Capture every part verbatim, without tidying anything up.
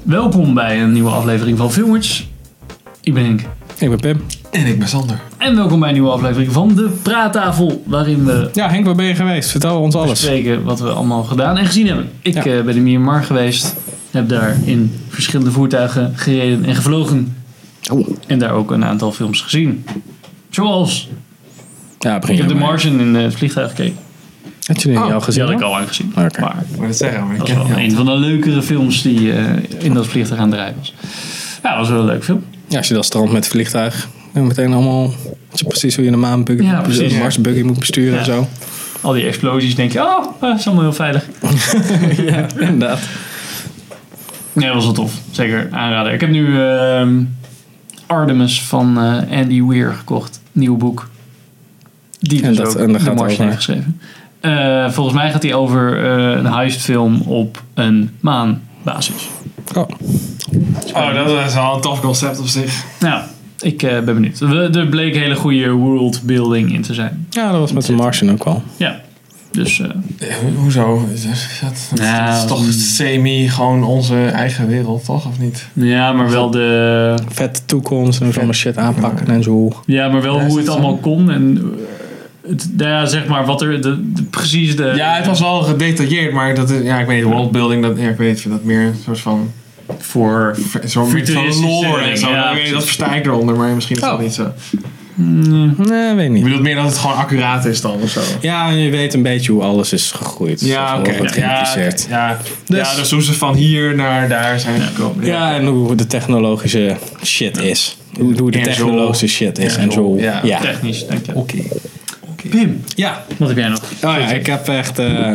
Welkom bij een nieuwe aflevering van Filmers. Ik ben Henk. Ik ben Pim. En ik ben Sander. En welkom bij een nieuwe aflevering van De Praattafel, waarin we... Ja, Henk, waar ben je geweest? Vertel ons alles. Bespreken wat we allemaal gedaan en gezien hebben. Ik Ja. uh, ben in Myanmar geweest. Heb daar in verschillende voertuigen gereden en gevlogen. Oh. En daar ook een aantal films gezien. Zoals... Ja, begin Ik heb je The maar. Martian in het vliegtuig gekeken. Had je die Oh, al Die gezien? had ik hoor? al lang gezien. Oké. Maar Ik wou het zeggen, maar ik dat was ken wel je een van de leukere films die uh, in dat vliegtuig aan de rij was. Ja, dat was wel een leuk film. Ja, als je dat strand met het vliegtuig. En meteen allemaal. Weet je precies hoe je de maan buggy, Ja, precies. de Mars buggy moet besturen Ja. en zo. Al die explosies denk je, oh, dat is allemaal heel veilig. Ja, inderdaad. Nee, dat was wel tof. Zeker aanraden. Ik heb nu uh, Artemis van uh, Andy Weir gekocht. Nieuw boek. Die En dus dat- ook en daar de gaat Martian over. heeft geschreven. Uh, volgens mij gaat hij over uh, een heistfilm op een maanbasis. Oh. Oh, dat is wel een tof concept op zich. Nou, ik uh, ben benieuwd. We, er bleek hele goede worldbuilding in te zijn. Ja, dat was met de Martian ook wel. Ja. Dus... Uh, Eh, ho- hoezo? Is dat, dat, Nou, dat is toch semi gewoon onze eigen wereld, toch? Of niet? ja, maar wel de... Vette toekomst en allemaal shit aanpakken en zo. Ja, maar wel Ja, is hoe het dat allemaal zo? kon. En uh, het, ja, zeg maar wat er... De, de, precies de... Ja, het was wel gedetailleerd, maar dat is, ja, ik weet niet, worldbuilding, dat, ja, ik weet niet, dat meer een soort van... Voor... Zo'n beetje van Futuristische lore en zo. setting, ja, Ik weet niet, dat precies. versta ik eronder, maar misschien is dat Oh. niet zo. Nee, weet Ik niet. bedoel meer dat het gewoon accuraat is dan of zo. Ja, je weet een beetje hoe alles is gegroeid. Ja, Of oké. wordt Ja, geïmpliceerd. oké. ja. Dus- ja, dus hoe ze van hier naar daar zijn gekomen. Ja, en hoe de technologische shit is. Hoe, hoe de En zo. technologische shit is En en zo. zo, ja. Ja. Technisch, denk ik. Oké. Pim, Ja. wat heb jij nog? Oh ja, ik heb echt uh,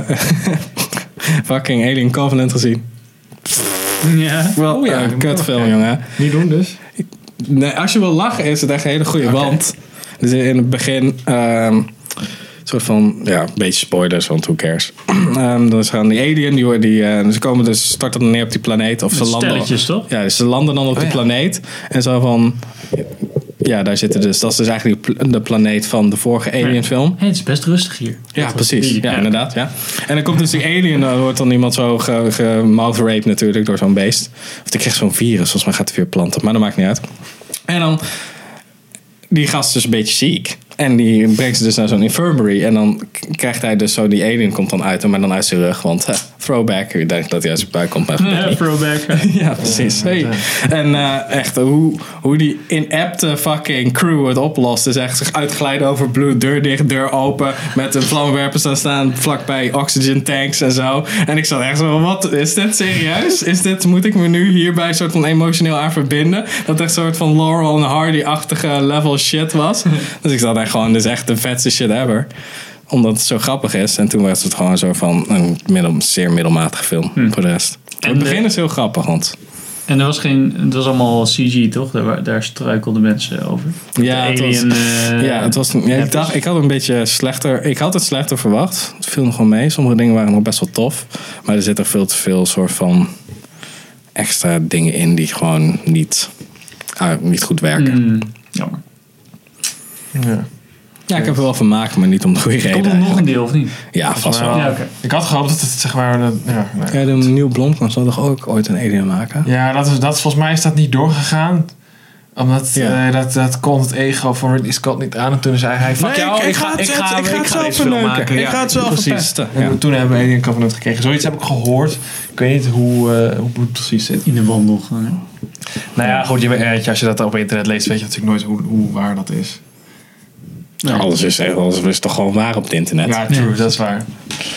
fucking Alien Covenant gezien. Ja. Wel, Oh ja, ja, die een moet ik kutfilm, nog jongen. Niet doen dus. Nee, als je wil lachen is het echt een hele goede. Oké. Want dus in het begin... ehm, een soort van, ja, een beetje spoilers, want who cares. um, dan gaan die alien, die, die, uh, ze komen dus, starten dan neer op die planeet. Of ze Met landen, stelletjes, toch? Ja, dus ze landen dan op Oh, die ja. planeet. En zo van... Ja, daar zitten dus... Dat is dus eigenlijk de pl- de planeet van de vorige Alien film. Hey, het is best rustig hier. Ja, precies. die- Ja, ja. inderdaad. Ja. En dan komt dus die alien, dan wordt dan iemand zo ge, ge mouth raped natuurlijk door zo'n beest. Of die krijgt zo'n virus, volgens mij gaat hij weer planten. Maar dat maakt niet uit. En dan, die gast is dus een beetje ziek. En die brengt ze dus naar zo'n infirmary. En dan k- krijgt hij dus zo, die alien komt dan uit hem, maar dan uit zijn rug. Want eh, throwback, ik denk dat hij uit zijn buik komt. Maar gebeurt Ja, niet. throwback. Ja, precies. Hey. En uh, echt, hoe, hoe die inepte fucking crew het oplost. Dus echt zich uitglijden over bloed, deur dicht, deur open. Met een vlammenwerper staan staan vlakbij oxygen tanks en zo. En ik zat echt zo, wat is dit serieus? Is dit, moet ik me nu hierbij soort van emotioneel aan verbinden? Dat echt een soort van Laurel en Hardy-achtige level shit was. Dus ik zat echt gewoon, dit is echt de vetste shit ever. Omdat het zo grappig is. En toen was het gewoon zo van een middel, zeer middelmatige film voor de rest. En het begin de- is heel grappig, want... En er was geen... Het was allemaal C G, toch? Daar, wa- daar struikelden mensen over. Ja, De het was, alien, eh, ja, het was, ja, ik, rappers. dacht, ik had een beetje slechter. Ik had het slechter verwacht. Het viel nog wel mee. Sommige dingen waren nog best wel tof. Maar er zitten veel te veel soort van extra dingen in die gewoon niet, ah, niet goed werken. Mm, jammer. Ja. Ja, ik heb er wel van maken, maar niet om de goede reden. Komt er nog een eigenlijk. deel, of niet? Ja, vast wel. Ja, oké. Ik had gehoopt dat het zeg maar... Dat, ja, nee. Ja, de nieuwe Blomkamp zal toch ook ooit een alien maken? ja dat, is, dat is volgens mij is dat niet doorgegaan. Omdat Ja. eh, dat, dat kon het ego van Ridley Scott niet aan. En toen zei hij: fuck Nee, jou, ik- ik ga het ik zelf- ga, ik ga het deze zelf film verneuken. maken. Ik ga het zelf precies. verpesten. En Ja. toen hebben we Alien Covenant gekregen. Zoiets heb ik gehoord. Ik weet niet hoe, uh, hoe het precies zit. In de wandelgang. Nou ja, goed, je, weet, als je dat op internet leest, weet je natuurlijk nooit hoe, hoe waar dat is. Ja, alles, is, alles is toch gewoon waar op het internet? Ja, true, Ja. dat is waar.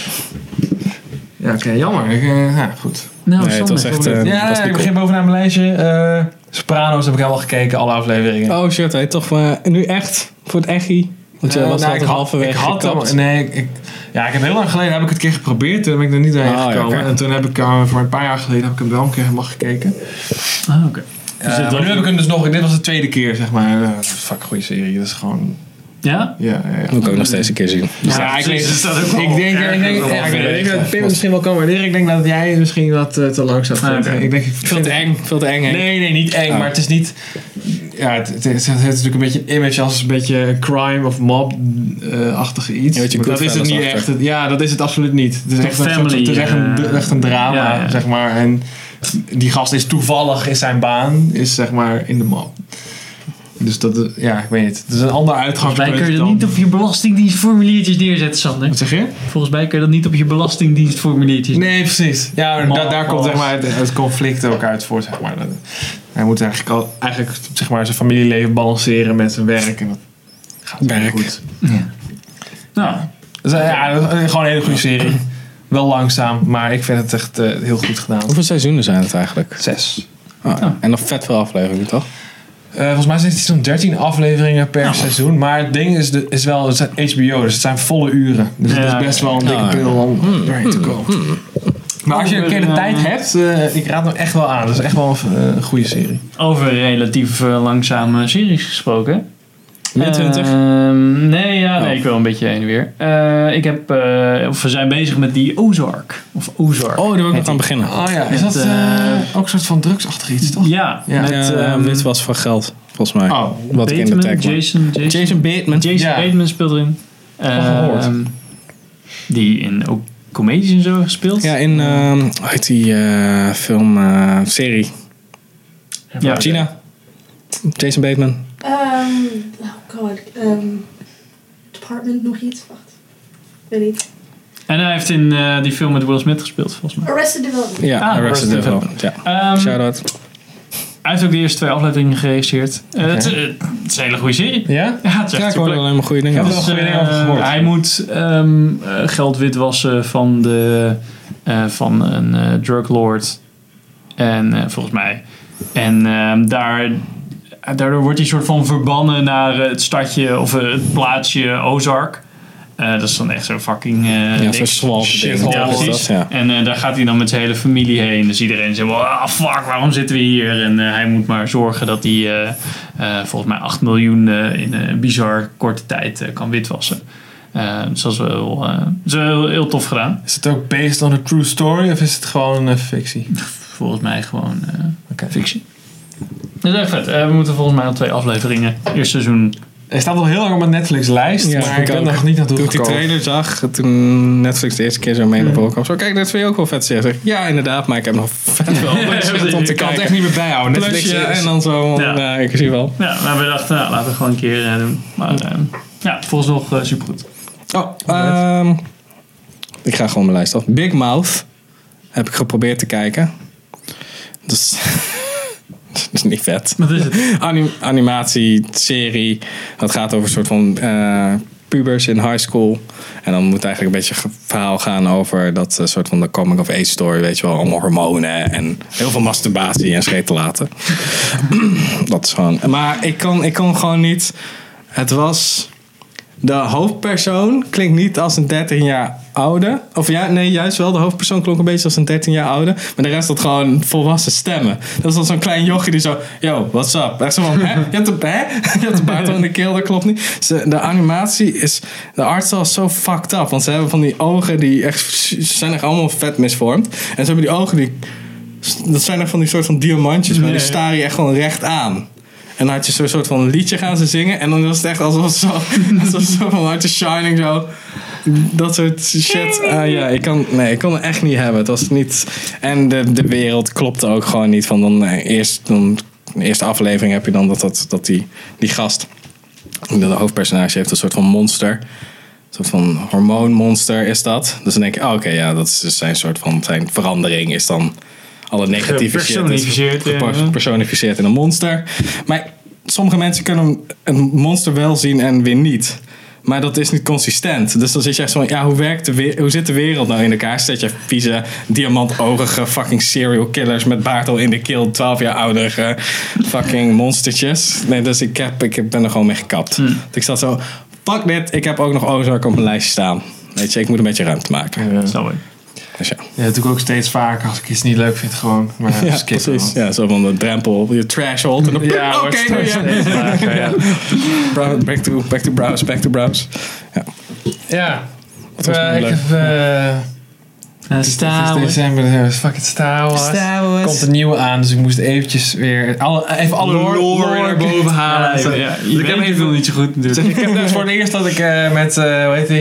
Ja, oké, jammer. Ik, uh, ja, goed. Nou, Nee, het was Sander. echt... eh, Ja, was niet ik cool. begin bovenaan mijn lijstje. Uh, Sopranos heb ik helemaal gekeken, alle afleveringen. Oh shit, hey, toch maar nu echt voor het echi. Want je Eh, was nou, altijd ik had, halverwege ik had gekapt. hem- nee, ik, ik- ja, ik heb heel lang geleden heb ik het een keer geprobeerd. Toen ben ik er niet doorheen Oh, ja, gekomen. oké. En toen heb ik uh, voor een paar jaar geleden heb ik hem wel een keer helemaal gekeken. Ah, oké. Uh, het maar was- nu heb ik hem dus nog. Dit was de tweede keer, zeg maar. Uh, fuck, goede serie. Dat is gewoon. Ja? Ja, ja, ja. Moet ik ook nog steeds een keer zien. Ja, ik, precies, weet, dus dat ook ik wel denk, ik denk, erger ik denk, dan ja, ik wel weet ver. dat Pim misschien wel kan waarderen. Ik denk dat jij misschien wat uh, te lang zou Ah, vinden. oké. Ik denk, ik Veel te eng, veel te eng. Henk. Nee, nee, niet eng, Oh. maar het is niet. Ja, het, het, het, het is natuurlijk een beetje een image als een beetje crime of mob-achtige iets. Ja, weet je, Maar dat is het Goodfellas niet achter. echt. Het, ja, dat is het absoluut niet. Het is echt, een, family, soort- het is echt, een, eh, echt een drama, ja, ja. zeg maar. En die gast is toevallig in zijn baan, is zeg maar in de mob. Dus dat, ja, ik weet niet. Het is een ander uitgangspunt. Volgens mij kun je dat niet op je belastingdienstformuliertjes neerzetten, Sander. Wat zeg je? Volgens mij kun je dat niet op je belastingdienstformuliertjes. Nee, precies. Ja, Man, daar, daar komt zeg alles. maar, het, het conflict ook uit voort. Zeg maar. Hij moet eigenlijk, al, eigenlijk zeg maar, zijn familieleven balanceren met zijn werk. En dat gaat wel Werk. goed. Ja. Nou, Dus, uh, ja, dat is gewoon een hele goede serie. Wel langzaam, maar ik vind het echt uh, heel goed gedaan. Hoeveel seizoenen zijn het eigenlijk? Zes. Oh, en nog vet veel afleveringen, toch? Uh, volgens mij zijn het zo'n dertien afleveringen per Nou. seizoen. Maar het ding is, de, is wel, het zijn H B O, dus het zijn volle uren. Dus het Ja, is best ja. wel een dikke Oh, ja. pil om doorheen te komen. Maar als je een keer de tijd hebt, uh, ik raad hem echt wel aan. Dat is echt wel een, uh, een goede serie. over relatief uh, langzame series gesproken. Min twintig? Ehm, nee, ja, nee, Oh. ik wil een beetje heen en weer. Uh, ik heb, uh, of we zijn bezig met die Ozark. Of Ozark. Oh, daar wil ik heet nog aan beginnen. Oh ja, is Met, dat uh, uh, ook een soort van drugsachtig iets, toch? Ja, Ja. met Ja, ehm, dit was van geld, volgens mij. Oh, Wat ik in de Bateman, tag Jason, Jason, Jason Bateman. Jason Ja. Bateman speelt erin. gehoord. Ehm, die in ook comedies en zo gespeeld. Ja, in uh, hoe heet die uh, film, uh, serie. Ja. China. Jason Bateman. Um, oh god. Um, department nog iets? Wacht. Weet niet. En hij heeft in uh, die film met Will Smith gespeeld, volgens mij. Arrested Development. Ja, Ah, Arrested Arrested Development. Ja. Ehm, Shout-out. hij heeft ook de eerste twee afleveringen geregisseerd. Uh, Oké. het, uh, het is een hele goede serie. Ja? Ja, het is echt Ja, ik hoorde superleuk. alleen maar goede dingen. Ja, over. wel Dus, goede dingen uh, over gehoord. hij moet um, uh, geld witwassen van, de, uh, van een uh, druglord. En uh, volgens mij. En um, daar, daardoor wordt hij soort van verbannen naar uh, het stadje of uh, het plaatsje Ozark. Uh, dat is dan echt zo'n fucking... Uh, Ja, dik- zo'n swamp shit. ding. Ja, Is precies. dat, ja. En uh, daar gaat hij dan met zijn hele familie heen. Dus iedereen zegt, ah fuck, waarom zitten we hier? En uh, hij moet maar zorgen dat hij uh, uh, volgens mij acht miljoen uh, in een bizar korte tijd uh, kan witwassen. Uh, dus dat is wel, uh, dat is wel heel, heel tof gedaan. Is het ook based on a true story of is het gewoon uh, fictie? Volgens mij gewoon uh, Oké. fictie. Dat is echt vet. Uh, we moeten volgens mij nog twee afleveringen. Eerste seizoen. Hij staat al heel lang op mijn Netflix-lijst, Ja, maar ik ik ben ook. nog niet naartoe Toen ik die gekomen. trailer zag, toen Netflix de eerste keer zo mee naar voren kwam. Zo, kijk, dat vind je ook wel vet serie. Zeg ik, ja, inderdaad, maar ik heb nog vet wel shit om te Ik kan het kijken. echt niet meer bijhouden. Netflix Plusje is- en dan zo, Ja. ja. ik zie wel. Ja, maar we dachten, nou, laten we gewoon een keer uh, doen. Maar uh, ja, volgens nog uh, supergoed. Oh, ehm, ik ga gewoon mijn lijst af. Big Mouth heb ik geprobeerd te kijken. Dat is, dat is niet vet. Wat is het? Anim, animatie, serie. Dat gaat over een soort van uh, pubers in high school. En dan moet eigenlijk een beetje een verhaal gaan over dat uh, soort van de coming of age story. Weet je wel, allemaal hormonen en heel veel masturbatie en scheten laten. Dat is gewoon... Maar ik kan, ik kan gewoon niet... Het was... De hoofdpersoon klinkt niet als een dertien jaar oude. Of ja, nee, juist wel. De hoofdpersoon klonk een beetje als een dertien jaar oude. Maar de rest had gewoon volwassen stemmen. Dat was zo'n klein jochie die zo... Yo, what's up? Echt zo van, hè? Je hebt een, hè? Je hebt een baard in de keel, dat klopt niet. Ze, de animatie is... De artstyle is zo fucked up. Want ze hebben van die ogen die echt... Ze zijn echt allemaal vet misvormd. En ze hebben die ogen die... Dat zijn echt van die soort van diamantjes. Maar die staren je echt gewoon recht aan. En dan had je zo'n soort van liedje gaan ze zingen. En dan was het echt alsof het zo... alsof het zo van uit de Shining zo... Dat soort shit. Uh, ja, ik kan, nee, ik kon het echt niet hebben. Het was niet... En de, de wereld klopte ook gewoon niet. Van dan, eh, eerst, dan de eerste aflevering heb je dan dat, dat, dat die, die gast... De hoofdpersonage heeft een soort van monster. Een soort van hormoonmonster is dat. Dus dan denk je, oh, oké, okay, ja, dat is dus zijn soort van... Zijn verandering is dan... Alle negatieve shit is Gepersonificeerd, ja. gepersonificeerd in een monster. Maar sommige mensen kunnen een monster wel zien en weer niet. Maar dat is niet consistent. Dus dan zit je echt zo van, ja, hoe, werkt de we- hoe zit de wereld nou in elkaar? Zet je vieze, diamantogige fucking serial killers met baard al in de keel, twaalf jaar oudere fucking monstertjes. Nee, dus ik, heb, ik ben er gewoon mee gekapt. Hmm. Dus ik zat zo, fuck dit, ik heb ook nog Ozark op mijn lijstje staan. Weet je, ik moet een beetje ruimte maken. Ja. Snap ik. Dus ja. Ja, dat doe ik ook steeds vaker als ik iets niet leuk vind gewoon. Maar ja, Ja, skip precies. gewoon. Ja, zo van de drempel, je threshold. En dan, Ja, oké, wordt nu steeds- ja. steeds lager, ja. Brow- Back to, back to browse, back to browse. Ja. Ja. Dat was Eh, wel ik leuk. heb... eh, Uh, het is- het is december, het is fucking Star Wars. Er komt een nieuwe aan, dus ik moest eventjes weer... Alle, even alle lore, lore naar boven halen. Ja, Dus, ja, eh, ja, dus je ik heb weet even... het niet zo goed Dus natuurlijk. ik heb dus voor het eerst dat ik uh, met, uh, hoe heet die?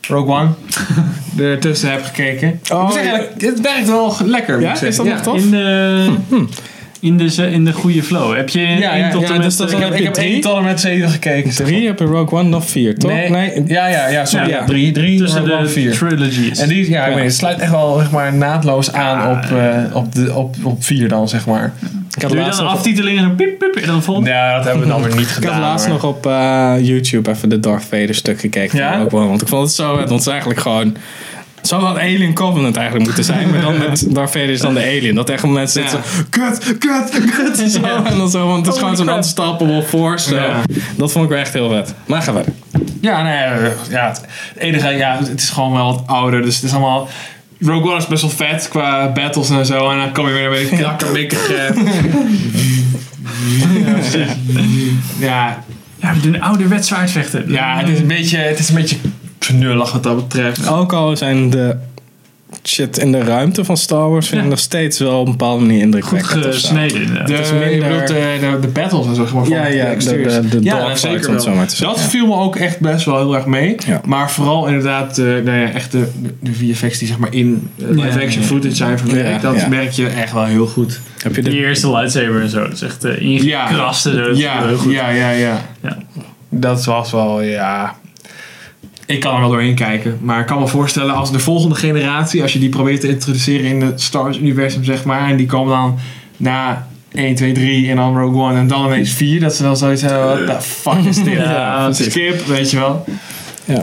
Rogue One ertussen heb gekeken. Oh, ik moet zeggen, het werkt wel lekker. moet Ja, ik zeggen. is dat ja. nog tof? In de, in de, in de goede flow. Heb je Ja, één ja, tot ja, en met... dus dat is Ik dan heb, heb ik je heb drie? één tot en met zeven gekeken. zeg Drie heb je Rogue One nog vier, toch? Nee. nee. Ja, ja, ja, sorry. Ja. Ja, drie, drie tussen Rogue One, de vier. trilogies. En die, ja, ik Ja. weet, het sluit echt wel zeg maar, naadloos aan op, uh, op, de, op, op vier dan, zeg maar. Ik had Doe je laatst dan een nog, aftiteling en zo piep, piep, en dan volgende? Ja, dat hebben we dan weer niet ik gedaan. had laatst maar- nog op uh, YouTube even de Darth Vader stuk gekeken. Ja? Van Rogue One, want ik vond het zo vet. Want het is eigenlijk gewoon... Zo had Alien Covenant eigenlijk moeten zijn. Maar dan met Darth Vader is dan de alien. Dat echt mensen zitten zo... Kut, kut, kut. Zo, en dan zo, want het is gewoon zo'n unstoppable force. Zo. Ja. Dat vond ik wel echt heel vet. Maar ga verder. Ja, nee, uh, ja, het enige, ja, het is gewoon wel wat ouder. Dus het is allemaal... Rogue One is best wel vet qua battles en zo. En dan kom je weer met een knakkermikkige... ja, Ja, we doen ouderwets zwaardvechten. ja, het is een beetje, het is een beetje knullig wat dat betreft. Ook al zijn de shit in de ruimte van Star Wars... vind ik Ja. nog steeds wel op een bepaalde manier Goed indrukwekkend. of zo. gesneden inderdaad. De, het is je minder- bedoelt de, de, de battles en zo, zeg maar. Van Ja, ja, de, exteriors. de, de Ja, dogfights, zeker om het wel. zo maar te Dat zeggen. viel me ook echt best wel heel erg mee. Ja. Maar vooral inderdaad de, nou ja, echt de, de V F X die zeg maar in uh, live Ja, action ja. footage zijn verwerkt. Ja, dat ja. merk je echt wel heel goed. Heb je de, Die eerste lightsaber en zo. Dat is echt uh, ingekrast en zo. Dat is Ja, heel goed. ja, ja, ja. Ja. Dat was wel, ja... Ik kan er wel doorheen kijken. Maar ik kan me voorstellen als de volgende generatie... als je die probeert te introduceren in het Star Wars universum, zeg maar... en die komen dan na één, twee, drie en dan Rogue One... en dan ineens vier... dat ze dan zoiets hebben... what the fuck is dit? Ja, precies. Skip, weet je wel. Ja.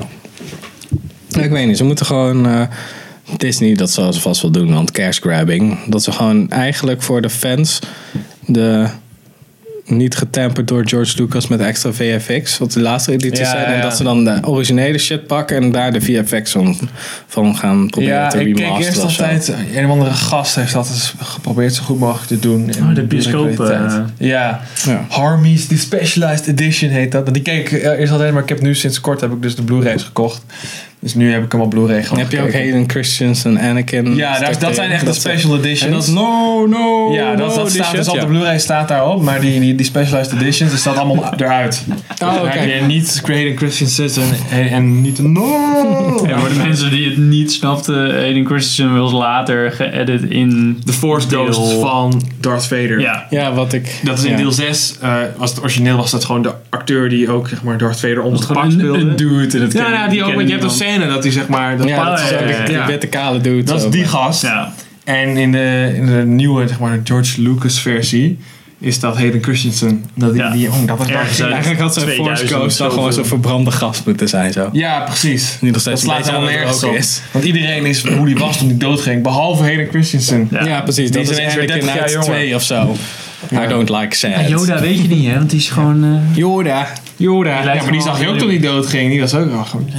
Ja, ik weet niet, ze moeten gewoon... eh, Disney, dat zal ze vast wel doen, want cash grabbing. Dat ze gewoon eigenlijk voor de fans... de niet getemperd door George Lucas met extra V F X. Wat de laatste edities Ja, zijn. En ja. dat ze dan de originele shit pakken... en daar de V F X van, van gaan proberen Ja, te ik keek remasteren. eerst of zo. altijd... een of andere gast heeft dat eens geprobeerd zo goed mogelijk te doen. in Oh, de bioscoop, kwaliteit. eh. Ja. Ja. Harmy's The Specialized Edition heet dat. Die keek ik eerst altijd, maar ik heb nu sinds kort heb ik dus de Blu-rays gekocht. Dus nu heb ik hem op Blu-ray En gewoon heb je ook gekeken. Hayden Christensen, Anakin. Ja, daar, dat zijn echt de special editions. En dat is no, no, ja, dat, no, dat die staat shit, dus op ja. de Blu-ray staat daarop, maar die, die, die specialized editions, dat staat allemaal eruit. Oh, Dan oké. heb je niet Hayden Christensen en, en niet no. Ja, voor de mensen die het niet snapten, Hayden Christensen was later geëdit in De Force deel- Ghost van Darth Vader. Ja, Ja, wat ik... Dat is in ja. deel zes, uh, was het origineel was dat gewoon de acteur die ook zeg maar Darth Vader onder dat het is pak gewoon een, speelde. een dude. En dat Ja, ken- ja, die ook, ken want je hebt een niemand. scène dat hij zeg maar... Dat, Ja, dat is ja, ook ja, die- ja. die Ja. witte kale dude. dat is zo. die gast. Ja. En in de, in de nieuwe, zeg maar, de George Lucas versie is dat Hayden Christensen. Dat die, Ja. die, oh, dat was Ergens uit- Eigenlijk had zijn Force tweeduizend Ghost dan zoveel. gewoon zo'n verbrande gast moeten zijn. Zo. Ja, precies. Die nog Dat steeds slaat een beetje helemaal aan het nergens op. roken is. Want iedereen is hoe die was toen hij doodging, behalve Hayden Christensen. Ja. Ja, precies. Die Dat is is ineens weer Anakin dertig jaar uit jonger. twee of zo. Ja. I don't like sad. Ja, Yoda weet je niet, hè? Want die is gewoon... eh, Yoda. Yoda. Die Ja, lijkt maar die gewoon zag je ook heel- toen hij doodging. Die was ook wel gewoon...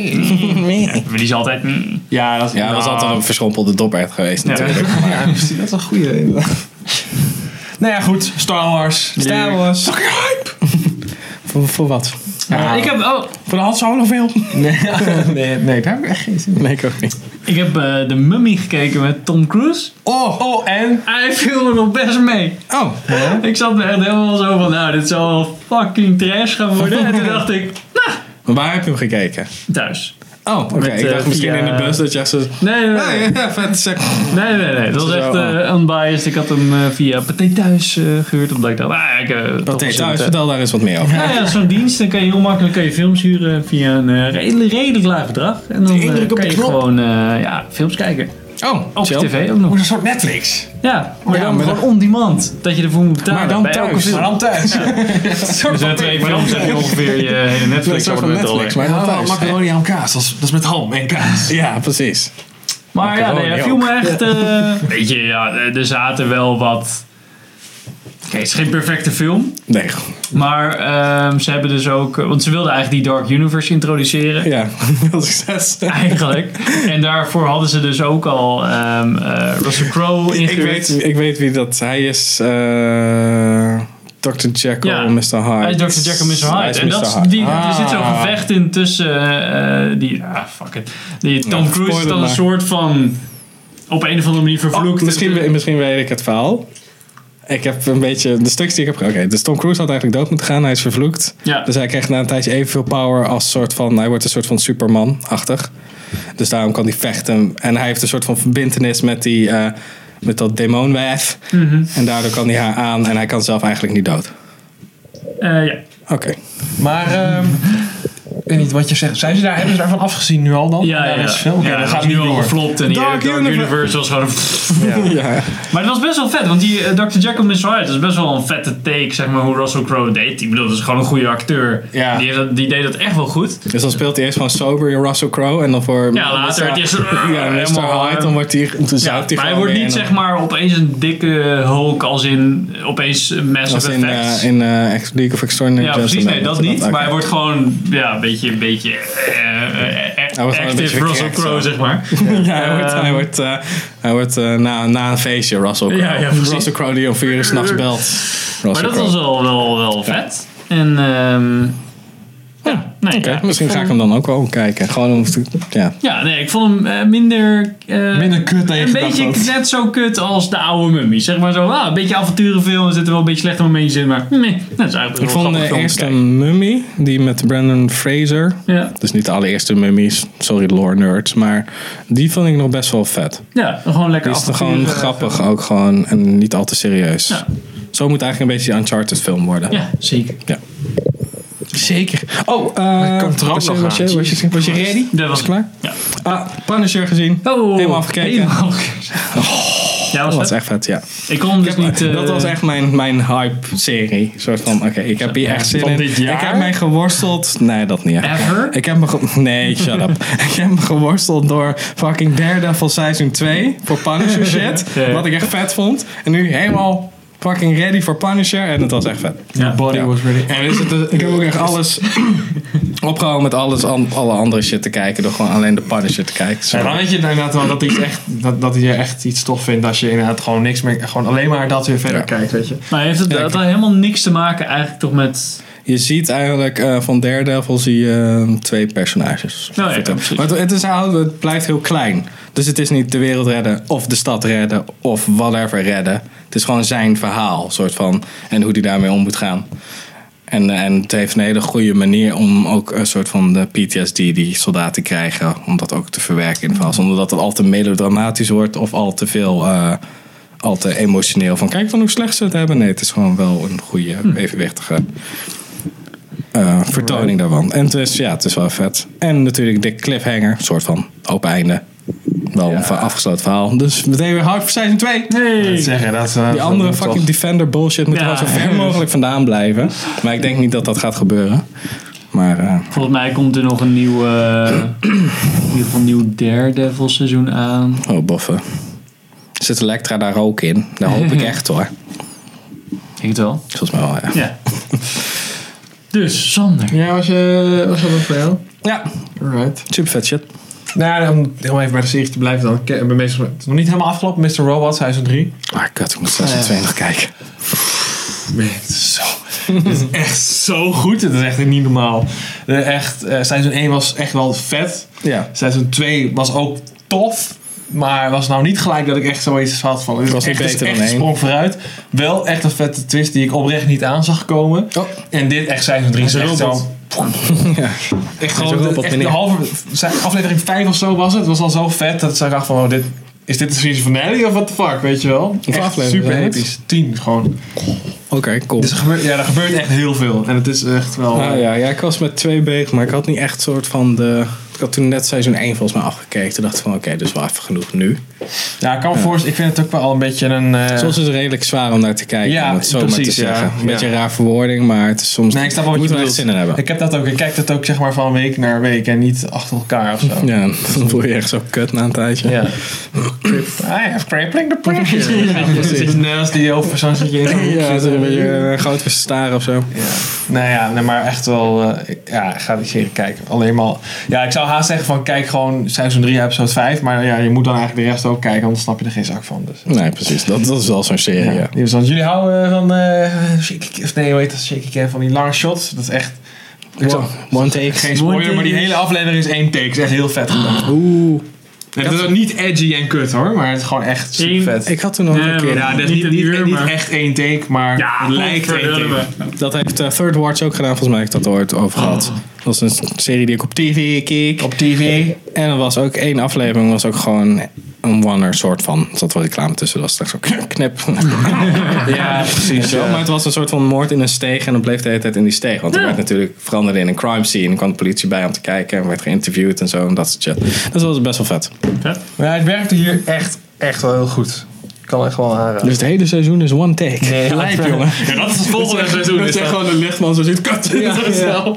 maar die is altijd... mm. Ja, dat is, Ja, dat was altijd een verschrompelde dopert geweest Ja. natuurlijk. Ja, precies. Dat is een goeie. Nou ja, goed. Star Wars. Star Wars. Fucking hype. Voor, voor wat? Ja. Ik heb... Oh, Voor de Han Solo film? Nee, nee, nee, daar heb ik echt geen zin in. Nee, ik ook niet. ik heb eh, de Mummy gekeken met Tom Cruise. Oh, oh, en? Hij viel er nog best mee. Oh. Ik zat er echt helemaal zo van, nou, dit zal wel fucking trash gaan worden. En toen dacht ik, nou, Maar waar heb je hem gekeken? thuis. Oh, oké. Met, Ik eh, dacht misschien via- in de bus dat je echt zo... Nee, nee, nee. Nee, ja, vet zeg. Nee, nee, nee. Dat was Zo, echt oh. uh, unbiased. Ik had hem uh, via Pathé Thuis uh, gehuurd. Omdat ik dacht, ah, ik... Uh, toch Pathé wel thuis, zin- vertel daar eens wat meer over. Ja, ja, zo'n dienst. Dan kan je heel makkelijk kan je films huren via een uh, redelijk, redelijk laag bedrag. En dan uh, Indruk op kan de je knop. gewoon uh, ja, films kijken. Oh, Op chill. tv ook nog. Hoe een soort Netflix. Ja, maar Ja, dan maar gewoon on demand. Dat je ervoor moet betalen. Maar dan bij elke thuis. film. Maar dan thuis. Dus na twee films heb je ongeveer je hele Een Netflix soort van abonnement al. Netflix, weg. maar dan Oh, thuis. macaroni aan kaas. Dat is, dat is met ham en kaas. Ja, precies. Maar ja, nee, hij viel me Macaroni echt... eh, weet je, ja, er zaten wel wat... Kijk, het is geen perfecte film. Nee, Maar ehm, ze hebben dus ook... Want ze wilden eigenlijk die Dark Universe introduceren. ja, veel succes. Eigenlijk. En daarvoor hadden ze dus ook al ehm eh, Russell Crowe Ik ingehuurd. weet, ik weet wie dat... Hij is... eh dokter Jekyll, Ja. mister Hyde. Hij is dokter Jekyll, mister Hij Hyde. is En dat, is- mister Hyde. die, er zit zo'n Ah. gevecht in tussen eh, die... Ah, fuck it. Die Tom Ja, Cruise is spoiler dan een maar. soort van... Op een of andere manier vervloekt. Oh, misschien, we- misschien weet ik het verhaal. Ik heb een beetje... De stuks die ik heb... Oké, dus Tom Cruise had eigenlijk dood moeten gaan. Hij is vervloekt. Ja. Dus hij krijgt na een tijdje evenveel power als soort van... Hij wordt een soort van Superman-achtig. Dus daarom kan hij vechten. En hij heeft een soort van verbintenis met die... Uh, met dat demonwijf. Mm-hmm. En daardoor kan hij haar aan. En hij kan zelf eigenlijk niet dood. Uh, ja. Oké. Okay. Maar... Um, ik weet niet wat je zegt. Zijn ze daar, hebben ze daarvan afgezien nu al dan? Ja, ja. ja. Is veel. Okay, ja dan dat gaat nu nu al door. geflopt. En die Dark, Dark Universe, Universe was gewoon... Ja. Ja. Maar het was best wel vet. Want die uh, dokter Jekyll en mister Hyde, dat is best wel een vette take, zeg maar, hoe Russell Crowe deed. Ik bedoel, dat is gewoon een goede acteur. Ja. Die, heeft, die deed dat echt wel goed. Dus dan speelt hij eerst gewoon sober in Russell Crowe. En dan voor... Ja, later het is... Ja, mister Hyde, dan wordt hij... Dan ja, hij maar hij wordt niet, zeg maar, opeens een dikke Hulk als in opeens massive in, effects. Uh, in uh, League of Extraordinary Ja, Gentlemen. precies. Nee, dat niet. Okay. Maar hij wordt gewoon, ja, een beetje... Een beetje uh, uh, uh, active Russell Crowe, zeg maar. Ja, hij wordt, hij wordt, uh, hij wordt uh, na, na een feestje Russell Crowe. Ja, ja, Russell Crowe die om vier uur s'nachts belt. Russell maar dat Crowe. was wel, wel, wel vet. En... Um, ja, nee, okay, ja, misschien ik ga ik vond... hem dan ook wel kijken. Gewoon om te, ja. Ja, nee, ik vond hem uh, minder... Uh, minder kut dan je Een beetje had. net zo kut als de oude Mummy. Zeg maar zo, ah, een beetje avonturenfilm. Er zitten wel een beetje slechte momentjes in, maar nee, dat is eigenlijk Ik wel vond de eerste Mummy, die met Brendan Fraser. Ja. Dus niet de allereerste Mummies, sorry lore nerds. Maar die vond ik nog best wel vet. Ja, gewoon lekker Die is gewoon grappig film. Ook gewoon en niet al te serieus. Ja. Zo moet eigenlijk een beetje de Uncharted film worden. Ja, zeker. Ja. Zeker. Oh, uh, komt er ook was, je, nog was, je, was, je, was je ready? Dat was je klaar? Ja. Ah, Punisher gezien. Oh, helemaal afgekeken. Helemaal. Oh, ja, was dat was vet? echt vet, ja. Ik kon hem dus heb, niet... Uh, dat was echt mijn, mijn hype-serie. soort van, oké, okay, ik heb hier echt zin van in. Dit jaar? Ik heb mij geworsteld... Nee, dat niet echt. Ever? Ik heb me ge- nee, shut up. Ik heb me geworsteld door fucking Daredevil seizoen twee. Voor Punisher shit. Ja. Wat ik echt vet vond. En nu helemaal... fucking ready for Punisher. En het was echt vet. Ja, body ja. was ready. En is het, ik heb ook echt alles opgehouden met alles, an, alle andere shit te kijken. Door gewoon alleen de Punisher te kijken. Ja, dan weet je inderdaad wel dat, iets echt, dat, dat je echt iets tof vindt. Als je inderdaad gewoon niks meer... Gewoon alleen maar dat weer verder Ja. kijkt, weet je. Maar heeft het Ja, dat ik- had helemaal niks te maken eigenlijk toch met... Je ziet eigenlijk uh, van Daredevil zie je uh, twee personages. Nou, ja, precies. maar het, het, is, het blijft heel klein. Dus het is niet de wereld redden of de stad redden of whatever redden. Het is gewoon zijn verhaal, soort van. En hoe hij daarmee om moet gaan. En, en het heeft een hele goede manier om ook een soort van de P T S D die soldaten krijgen, om dat ook te verwerken in het verhaal. Zonder dat het al te melodramatisch wordt of al te veel, uh, al te emotioneel. Van kijk dan hoe slecht ze het hebben. Nee, het is gewoon wel een goede, evenwichtige uh, vertoning daarvan. En het is, ja, het is wel vet. En natuurlijk de cliffhanger, soort van open einde. Wel Ja. een afgesloten verhaal. Dus meteen weer hard voor seizoen twee. Hey. Dat zeggen, dat, uh, Die andere fucking toch. Defender bullshit moet Ja. er gewoon zo ver mogelijk vandaan blijven. Maar ik denk niet dat dat gaat gebeuren. Maar uh, Volgens mij komt er nog een nieuw, uh, in ieder geval een nieuw Daredevil seizoen aan. oh boffen. Zit Elektra daar ook in? Daar hoop ik echt hoor. Ik denk het wel. Volgens mij wel, ja. Ja. Dus, Sander. Ja, was, je, was dat ook voor jou? Ja, Alright. super vet shit. Nou, om helemaal even bij de serie te blijven dan. Ik ben meestal, het is nog niet helemaal afgelopen. mister Robot, seizoen drie. Ah, kut, ik moet seizoen twee nog kijken. Man, het is zo... Het is echt zo goed. Het is echt niet normaal. De echt, uh, seizoen één was echt wel vet. Ja. Seizoen twee was ook tof. Maar was nou niet gelijk dat ik echt zoiets had van... Het was echt, niet het is beter echt dan een één. sprong vooruit. Wel echt een vette twist die ik oprecht niet aan zag komen. Oh. En dit echt seizoen drie is Hij is echt een zo... Ja. Echt Hij is gewoon een de, robot, echt de meneer. halve... Aflevering vijf of zo was het. Het was al zo vet dat ik dacht van... Oh, dit, is dit de season finale of what the fuck? Weet je wel? Echt afleveringen super zijn het? episch. Tien gewoon. Oké, okay, cool. Dus er gebeurt, ja, er gebeurt echt heel veel. En het is echt wel... Ah, ja, ja, ik was met twee bezig, maar ik had niet echt soort van de... Ik had toen net seizoen één volgens mij afgekeken. Toen dacht ik van oké, okay, dus wel even genoeg nu. Ja, ik kan me voorstellen. Ik vind het ook wel al een beetje een... Uh... Soms is het redelijk zwaar om naar te kijken, Ja, om het zo maar te precies, ja. zeggen. Een beetje Ja. een raar verwoording, maar het is soms... Nee, ik snap wel je wat moet je er echt bedoelt. zin in hebben. Ik heb dat ook. Ik kijk dat ook zeg maar van week naar week en niet achter elkaar of zo. Ja, dan voel je je echt zo kut na een tijdje. Ja. I have crippling depression. Ja, precies. Zit je naast die hoofdpersoon zit je in een Ja, zo een beetje een groot verstaren of zo. Ja. Nou ja, nee, maar echt wel... Uh, ja, ga die serie kijken. Alleen maar... Ja, ik zou haast zeggen van kijk gewoon seizoen drie, episode vijf. Maar ja, je moet dan eigenlijk de rest ook kijken, anders snap je er geen zak van. Dus. Nee, precies. Dat, dat is wel zo'n serie, ja. Ja. Ja. Dus, want jullie houden van... Uh, shaky, of nee, hoe heet dat? Shaky Cam, van die lange shots. Dat is echt... Ik One, zou, one take. geen spoiler, maar die hele aflevering is één take. Is echt heel vet gedaan. Oeh. Nee, dat is ook niet edgy en kut hoor, maar het is gewoon echt super vet. Ik had toen nog Nee, een keer... Ja, dat is Niet niet, niet, een uur, niet maar- echt één take, maar Ja, het lijkt één godverdomme. take. Dat heeft uh, Third Watch ook gedaan, volgens mij heb ik dat ooit over gehad. Dat was een serie die ik op tv keek. Op tv. En er was ook één aflevering, was ook gewoon een one-er soort van. Er zat wel reclame tussen, dat was echt zo knip. Ja, precies. Zo, maar het was een soort van moord in een steeg en dan bleef de hele tijd in die steeg. Want er werd natuurlijk veranderd in een crime scene. En kwam de politie bij om te kijken en werd geïnterviewd en zo en dat soort shit. Dat was best wel vet. Maar ja, het werkte hier echt, echt wel heel goed. Ik kan echt wel aanraden. Dus het hele seizoen is one take. Nee, Lijp, ja, jongen. Ja, dat is het volgende seizoen. Dat is je dat. gewoon de lichtman zo ziet. Kat. Ja, ja.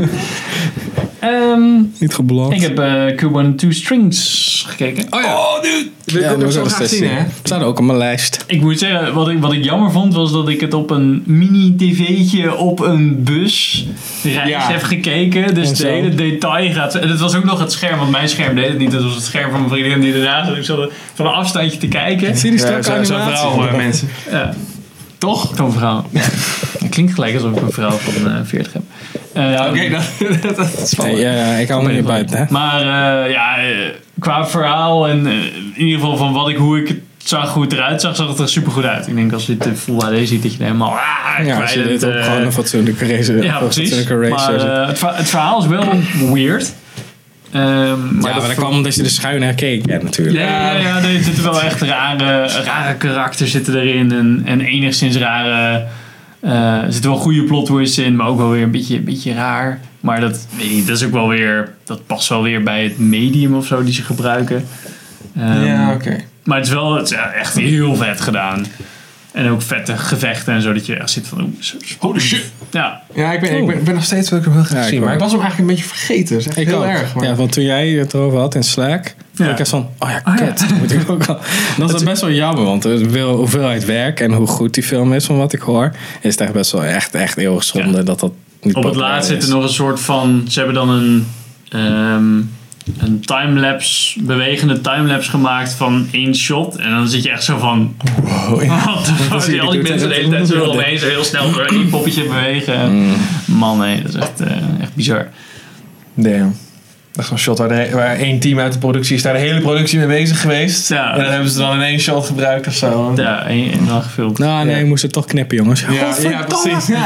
Ehm, Niet geblokkt. ik heb uh, Q one Two Strings gekeken. Oh ja. Oh, dude. Ik wil Ja, het dat ook zo was graag ook zien, hè? staat ook op mijn lijst. Ik moet zeggen, wat ik, wat ik jammer vond, was dat ik het op een mini-tv'tje op een busreis Ja. heb gekeken. Dus En de zo. hele detail gaat... En het was ook nog het scherm, want mijn scherm deed het niet. Dat was het scherm van mijn vriendin die ernaast zat. Ik zat van een afstandje te kijken. Zie je die Ja, strakke zo- zo'n animatie? vrouw, eh, mensen. Ja, Toch? van een vrouw. Ja. Het klinkt gelijk alsof ik een vrouw van uh, veertig heb. Uh, Ja, oké, dat, dat is wel... Nee, ja, ik hou me niet buiten, hè. Maar uh, ja, uh, qua verhaal en uh, in ieder geval van wat ik, hoe ik het zag, hoe het eruit zag, zag het er super goed uit. Ik denk als je het in Full H D ziet, dat je er helemaal... Ah, Ja, als je kwijt dit bent, op uh, gewoon een fatsoenlijke race ja, precies. fatsoenlijke race Maar zet. uh, het, va- het verhaal is wel weird. Um, maar Ja, dat maar dat kwam omdat je de schuin herkeek hebt natuurlijk. Ja, ja, ja, er zitten wel echt rare, rare karakters zitten erin. En, en enigszins rare... Uh, er zitten wel goede plot twists in, maar ook wel weer een beetje, een beetje raar. Maar dat, weet ik niet, dat is ook wel weer... Dat past wel weer bij het medium of zo die ze gebruiken. Um, Ja, oké. Maar het is wel het is echt heel vet gedaan. En ook vette gevechten en zo, dat je echt zit van... Oeh, zo- Holy shit. ja, Ja, ik ben, ik ben, ik ben nog steeds wil ik hem heel graag Ja, ik zien. Maar ook. ik was hem eigenlijk een beetje vergeten. Dat is echt Ik heel ook. erg. Maar... Ja, want toen jij het erover had in Slack, Ja. ja. ik echt van, oh ja, Oh ja. kut. Moet ik ook al. Dat is best wel jammer, want de hoeveelheid werk en hoe goed die film is, van wat ik hoor, is het echt best wel echt, echt eeuwig zonde Ja. dat dat niet op het populair laatst zit is. er nog een soort van... Ze hebben dan een... Um, een timelapse, bewegende timelapse gemaakt van één shot. En dan zit je echt zo van... Wow, ja. Wat de fuck? zie je, Al die die doet mensen de echt hele tijd zo heel omheen, zo heel snel door één poppetje bewegen. Mm. Man, nee, dat is echt, uh, echt bizar. Damn. Dat is een shot waar, de, waar één team uit de productie is daar de hele productie mee bezig geweest. Ja. En dan hebben ze dan in één shot gebruikt of zo. Ja, en, en dan gefilmd. Nou, nee, Ja. je moest het toch knippen, jongens. Ja, ja, precies. Ja.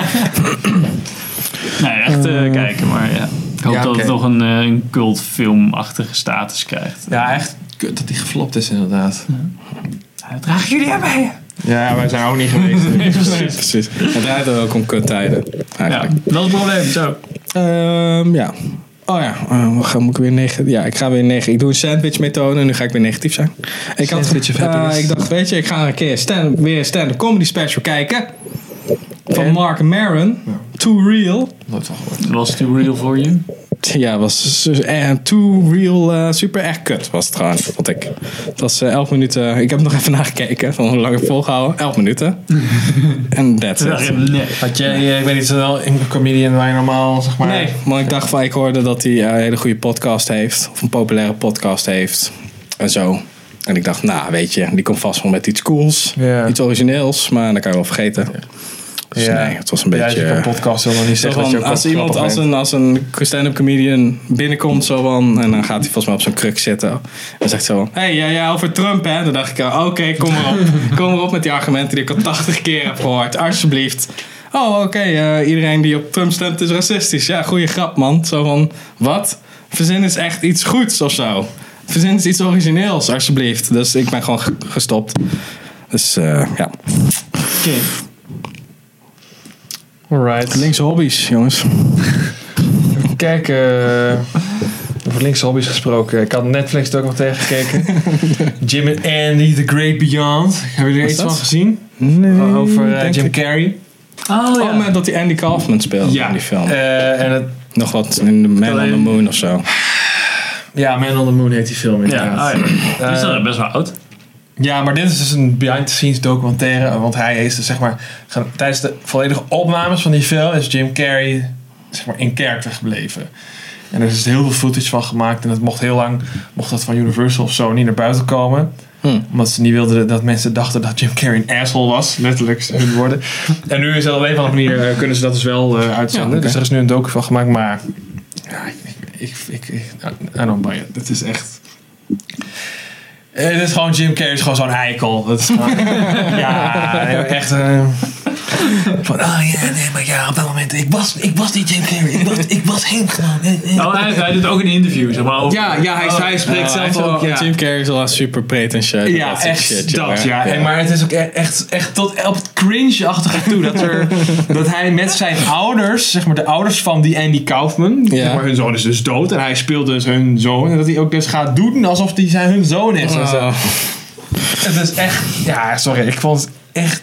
Nee, echt uh, kijken, maar ja. Ik hoop Ja, dat oké. het nog een, uh, een cultfilmachtige status krijgt. Ja, echt kut dat die geflopt is inderdaad. Ja, dragen jullie erbij? Ja, wij zijn ook niet geweest. Nee, precies. Precies. Het draait er ook om kuttijden, Ja, eigenlijk. dat is het probleem, zo. Ehm, ja. Oh ja, uh, wat ga- moet ik weer negen? Ja, ik ga weer negen. Ik doe een sandwich methode en nu ga ik weer negatief zijn. Ik, had, Sandwich of uh, happiness. ik dacht, weet je, ik ga een keer stand, weer een stand-up comedy special kijken. Van En? Mark Maron. Too Real. Nooit van gehoord. Was het too real for you? Ja, was uh, Too Real uh, super echt kut was het gewoon, vond ik. Het was uh, elf minuten. Ik heb nog even nagekeken van hoe lang ik volgehouden. elf minuten. En that's it. Nee. Had jij, eh, ik weet niet, wel een comedian waar je normaal, zeg maar... Nee, maar ik dacht van, ik hoorde dat hij uh, een hele goede podcast heeft. Of een populaire podcast heeft. En zo. En ik dacht, nou weet je, die komt vast wel met iets cools. Ja. Iets origineels, maar dat kan je wel vergeten. Dus Ja. nee, het was een Ja, beetje... als je van podcast wil nog niet zo zeggen dat je van, ook als wel iemand grappig als bent. een, als een stand-up comedian binnenkomt zo van, en dan gaat hij volgens mij op zo'n kruk zitten. En dan zegt hij zo van, hé, hey, ja, ja, over Trump hè. Dan dacht ik, oké, okay, kom maar op. Kom maar op met die argumenten die ik al tachtig keer heb gehoord. Alsjeblieft. Oh, oké, okay, uh, iedereen die op Trump stemt is racistisch. Ja, goeie grap, man. Zo van, wat? Verzin is echt iets goeds of zo. Verzin is iets origineels, alsjeblieft. Dus ik ben gewoon g- gestopt. Dus, uh, ja. Oké. Alright. Linkse hobby's, jongens. Kijk, uh, over linkse hobby's gesproken. Ik had Netflix er ook nog tegen gekeken. Jim and Andy, The Great Beyond. Hebben jullie er Wat is iets dat? van gezien? Nee, Over uh, denk Jim ik. Carrey. Oh Oh, maar dat hij Andy Kaufman speelt in die film. Uh, en het, Nog wat in The Man on the Moon of zo. ja, Man on the Moon heet die film inderdaad. Ja, oh ja. Die is Uh, dan best wel oud. Ja, maar dit is dus een behind-the-scenes documentaire. Want hij is dus, zeg maar, gaan- tijdens de volledige opnames van die film is Jim Carrey, zeg maar, in character gebleven. En er is dus heel veel footage van gemaakt. En het mocht heel lang, mocht dat van Universal of zo niet naar buiten komen. Hm. Omdat ze niet wilden dat mensen dachten dat Jim Carrey een asshole was. Letterlijk hun woorden. En nu is het op een of andere manier, uh, kunnen ze dat dus wel uh, uitzenden. Ja, oké. Dus er is nu een docu van gemaakt. Maar ja, ik, ik, ik, ik I don't buy it. Het is echt... Het is gewoon, Jim Carrey is gewoon zo'n eikel. Dat is gewoon, ja, echt... Uh, van, ah oh, ja, nee, maar ja, op dat moment, ik was, ik was niet Jim Carrey, ik was, ik was hem gewoon. Oh, hij, hij doet ook een interview, zeg maar. Over, ja, ja, hij, oh, hij spreekt uh, zelf ook. Ja. Jim Carrey is al super pretentieus. Ja, dat echt shit, dat, ja. ja. En, maar het is ook echt, echt tot op het cringe-achtige toe, dat, er, dat hij met zijn ouders, zeg maar de ouders van die Andy Kaufman, ja. zeg maar, hun zoon is dus dood en hij speelt dus hun zoon, en dat hij ook dus gaat doen alsof hij zijn hun zoon is. Oh. Het is echt, ja, sorry, ik vond het echt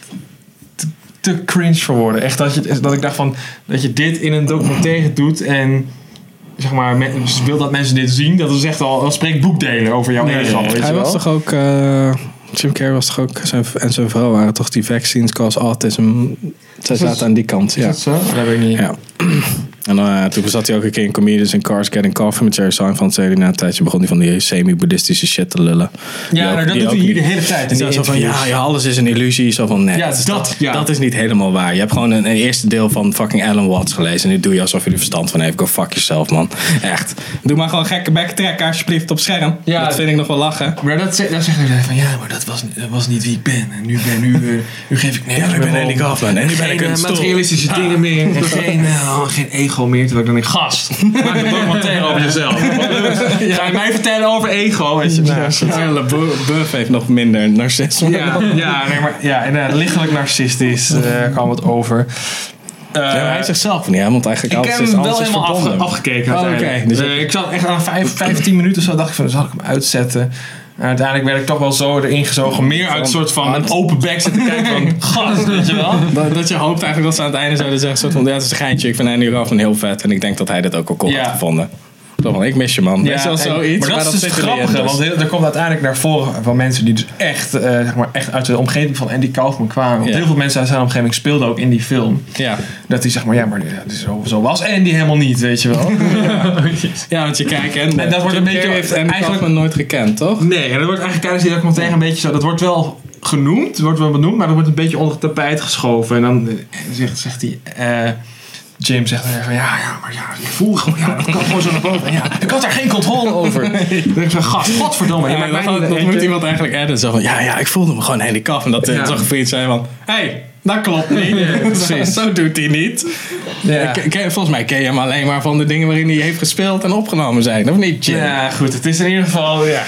te cringe voor woorden. Echt dat, je, dat ik dacht van, dat je dit in een documentaire doet en zeg maar, men, wil dat mensen dit zien, dat is echt al, dat spreekt boekdelen over jouw ego. Nee, hij was toch ook, uh, Jim Carrey was toch ook, zijn, en zijn vrouw waren toch die vaccines cause autism, zij zaten aan die kant. Is ja. dat zo? Dat weet ik niet. Ja. En uh, toen zat hij ook een keer in Comedians in Cars Getting Coffee met Jerry Seinfeld. Zei hij na een tijdje begon hij van die semi-boeddhistische shit te lullen. Ja, ook, nou, dat doet hij hier de hele tijd. En die zo van, ja, ja, alles is een illusie. Zo van, nee, ja, dat, is, dat, dat, ja. dat is niet helemaal waar. Je hebt gewoon een, een eerste deel van fucking Alan Watts gelezen. En nu doe je alsof je er verstand van heeft. Go fuck yourself, man. Echt. Doe maar gewoon gekke bekken trekken alsjeblieft op scherm. Ja, dat vind ik nog wel lachen. Maar dat, dat zegt hij van, ja, maar dat was, dat was niet wie ik ben. En nu, ben, nu, uh, nu geef ik... Nee, ja, nu ben Andy Kaufman. En nu ben ik een stoel. Materialistische ja. dingen meer. En geen, uh, geen ego meer. Terwijl ik dan denk, gast, maak een documentaire over jezelf. Ja. Ga je mij vertellen over ego? Weet je, nou, ja, LaBeouf heeft nog minder narcisme. Ja, ja, nee, maar, ja en, uh, lichtelijk narcistisch uh, kwam het over. Uh, ja, hij zichzelf niet, hè? Want eigenlijk ik heb hem wel helemaal afge- afgekeken. Oh, okay. Dus uh, ik zat echt aan vijf, vijftien minuten zo dacht ik van, dan zal ik hem uitzetten. En uiteindelijk werd ik toch wel zo erin gezogen. Meer uit een soort van een open bek zitten kijken van gast, weet je wel. Dat, dat je hoopt eigenlijk dat ze aan het einde zouden zeggen soort van, ja, het is een geintje. Ik vind Andy Kaufman heel vet. En ik denk dat hij dit ook al cool ja. had gevonden. Van, ik mis je man. Ja, en, zoiets, maar dat, maar dat is dus grappig. Dus. Want er komt uiteindelijk naar voren van mensen die dus echt, uh, zeg maar echt uit de omgeving van Andy Kaufman kwamen. Want ja. heel veel mensen uit zijn omgeving speelden ook in die film. Ja. Dat hij zeg maar, ja, maar ja, zo, zo was Andy helemaal niet, weet je wel. ja. ja, want je kijkt en, en dat wordt een beetje heeft Andy Kaufman nooit gekend, toch? Nee, en dat wordt eigenlijk tijdens die documentaire een beetje zo. Dat wordt wel genoemd, wordt wel benoemd, maar dat wordt een beetje onder het tapijt geschoven. En dan uh, zegt, zegt hij. Uh, Jim zegt dan van ja, ja, maar ja, ik voel gewoon, ja, dat kan gewoon zo naar boven. Ja, ik had daar geen controle over. Nee. Dan denk ik van, gast, godverdomme. Ja, ja, dan, dan moet iemand eigenlijk editen. Zo van, ja, ja, ik voelde me gewoon Andy Kaufman. Dat ja. toch een vriend zei van, hé, hey, dat klopt niet. Ja, zo, zo doet hij niet. Ja. Ik, ik, volgens mij ken je hem alleen maar van de dingen waarin hij heeft gespeeld en opgenomen zijn. Of niet, Jim? Ja, goed. Het is in ieder geval, ja...